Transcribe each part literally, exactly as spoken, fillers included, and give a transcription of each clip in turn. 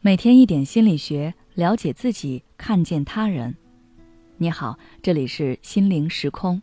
每天一点心理学，了解自己，看见他人。你好，这里是心灵时空。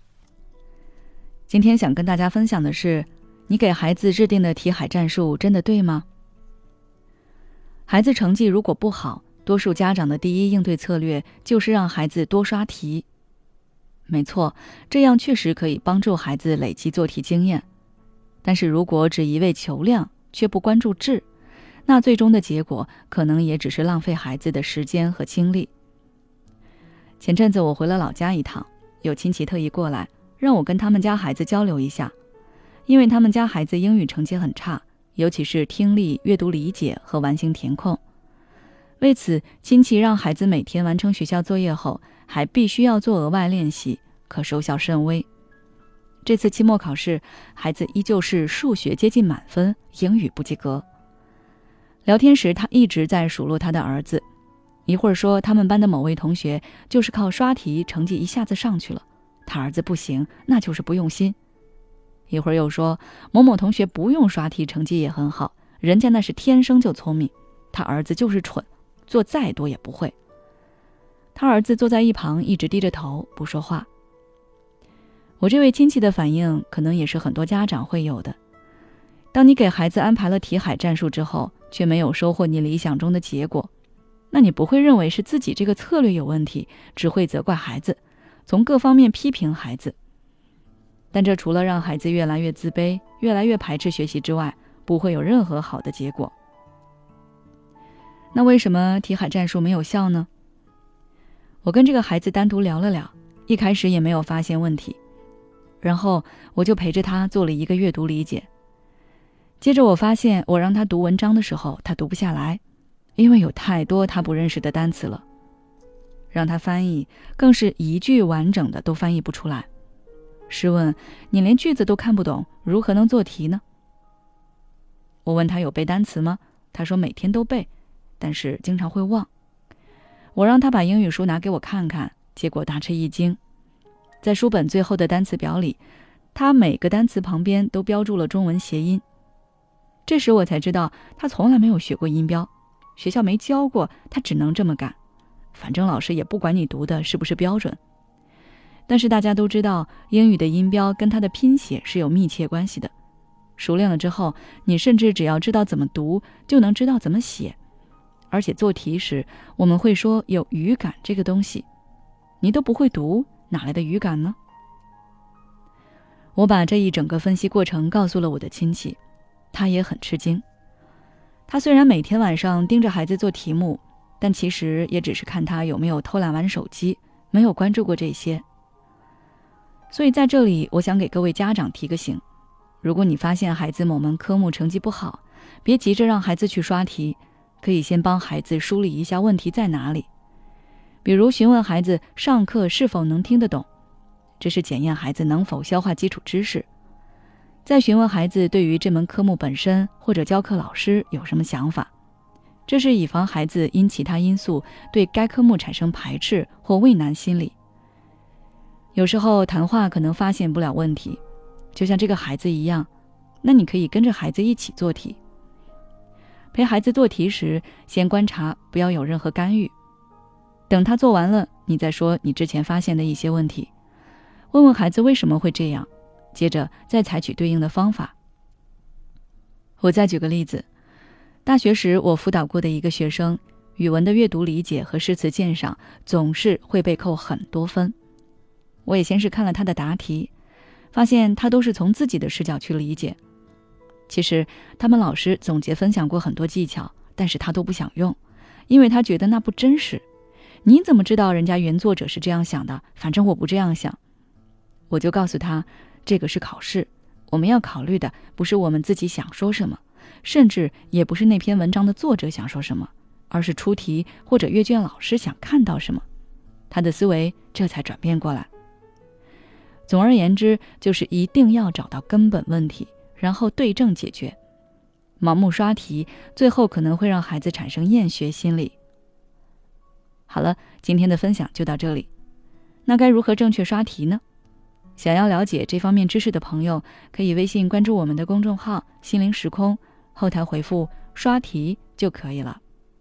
今天想跟大家分享的是，你给孩子制定的题海战术真的对吗？孩子成绩如果不好，多数家长的第一应对策略就是让孩子多刷题。没错，这样确实可以帮助孩子累积做题经验。但是如果只一味求量，却不关注质，那最终的结果可能也只是浪费孩子的时间和精力。前阵子我回了老家一趟，有亲戚特意过来，让我跟他们家孩子交流一下。因为他们家孩子英语成绩很差，尤其是听力、阅读理解和完形填空。为此，亲戚让孩子每天完成学校作业后，还必须要做额外练习，可收效甚微。这次期末考试，孩子依旧是数学接近满分，英语不及格。聊天时，他一直在数落他的儿子，一会儿说他们班的某位同学就是靠刷题成绩一下子上去了，他儿子不行，那就是不用心。一会儿又说某某同学不用刷题成绩也很好，人家那是天生就聪明，他儿子就是蠢，做再多也不会。他儿子坐在一旁一直低着头不说话。我这位亲戚的反应可能也是很多家长会有的。当你给孩子安排了题海战术之后，却没有收获你理想中的结果，那你不会认为是自己这个策略有问题，只会责怪孩子，从各方面批评孩子。但这除了让孩子越来越自卑，越来越排斥学习之外，不会有任何好的结果。那为什么题海战术没有效呢？我跟这个孩子单独聊了聊，一开始也没有发现问题，然后我就陪着他做了一个阅读理解。接着我发现，我让他读文章的时候，他读不下来，因为有太多他不认识的单词了。让他翻译，更是一句完整的都翻译不出来。试问，你连句子都看不懂，如何能做题呢？我问他有背单词吗？他说每天都背，但是经常会忘。我让他把英语书拿给我看看，结果大吃一惊。在书本最后的单词表里，他每个单词旁边都标注了中文谐音。这时我才知道，他从来没有学过音标，学校没教过，他只能这么干。反正老师也不管你读的是不是标准。但是大家都知道，英语的音标跟它的拼写是有密切关系的。熟练了之后，你甚至只要知道怎么读，就能知道怎么写。而且做题时，我们会说有语感这个东西。你都不会读，哪来的语感呢？我把这一整个分析过程告诉了我的亲戚，他也很吃惊。他虽然每天晚上盯着孩子做题目，但其实也只是看他有没有偷懒玩手机，没有关注过这些。所以在这里，我想给各位家长提个醒，如果你发现孩子某门科目成绩不好，别急着让孩子去刷题，可以先帮孩子梳理一下问题在哪里。比如询问孩子上课是否能听得懂，这是检验孩子能否消化基础知识。再询问孩子对于这门科目本身或者教课老师有什么想法，这是以防孩子因其他因素对该科目产生排斥或畏难心理。有时候谈话可能发现不了问题，就像这个孩子一样，那你可以跟着孩子一起做题。陪孩子做题时，先观察，不要有任何干预。等他做完了，你再说你之前发现的一些问题，问问孩子为什么会这样，接着再采取对应的方法。我再举个例子，大学时我辅导过的一个学生，语文的阅读理解和诗词鉴赏总是会被扣很多分。我也先是看了他的答题，发现他都是从自己的视角去理解。其实他们老师总结分享过很多技巧，但是他都不想用，因为他觉得那不真实。你怎么知道人家原作者是这样想的？反正我不这样想。我就告诉他，这个是考试，我们要考虑的不是我们自己想说什么，甚至也不是那篇文章的作者想说什么，而是出题或者阅卷老师想看到什么。他的思维这才转变过来。总而言之，就是一定要找到根本问题，然后对症解决。盲目刷题，最后可能会让孩子产生厌学心理。好了，今天的分享就到这里。那该如何正确刷题呢？想要了解这方面知识的朋友，可以微信关注我们的公众号心灵时空，后台回复刷题就可以了。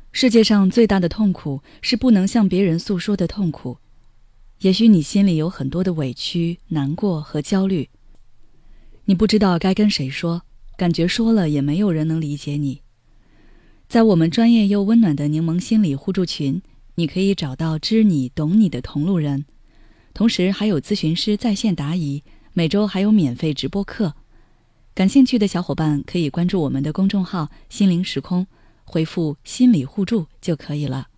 世界上最大的痛苦是不能向别人诉说的痛苦。也许你心里有很多的委屈、难过和焦虑，你不知道该跟谁说，感觉说了也没有人能理解你。在我们专业又温暖的柠檬心理互助群，你可以找到知你懂你的同路人，同时还有咨询师在线答疑，每周还有免费直播课。感兴趣的小伙伴可以关注我们的公众号心灵时空，回复心理互助就可以了。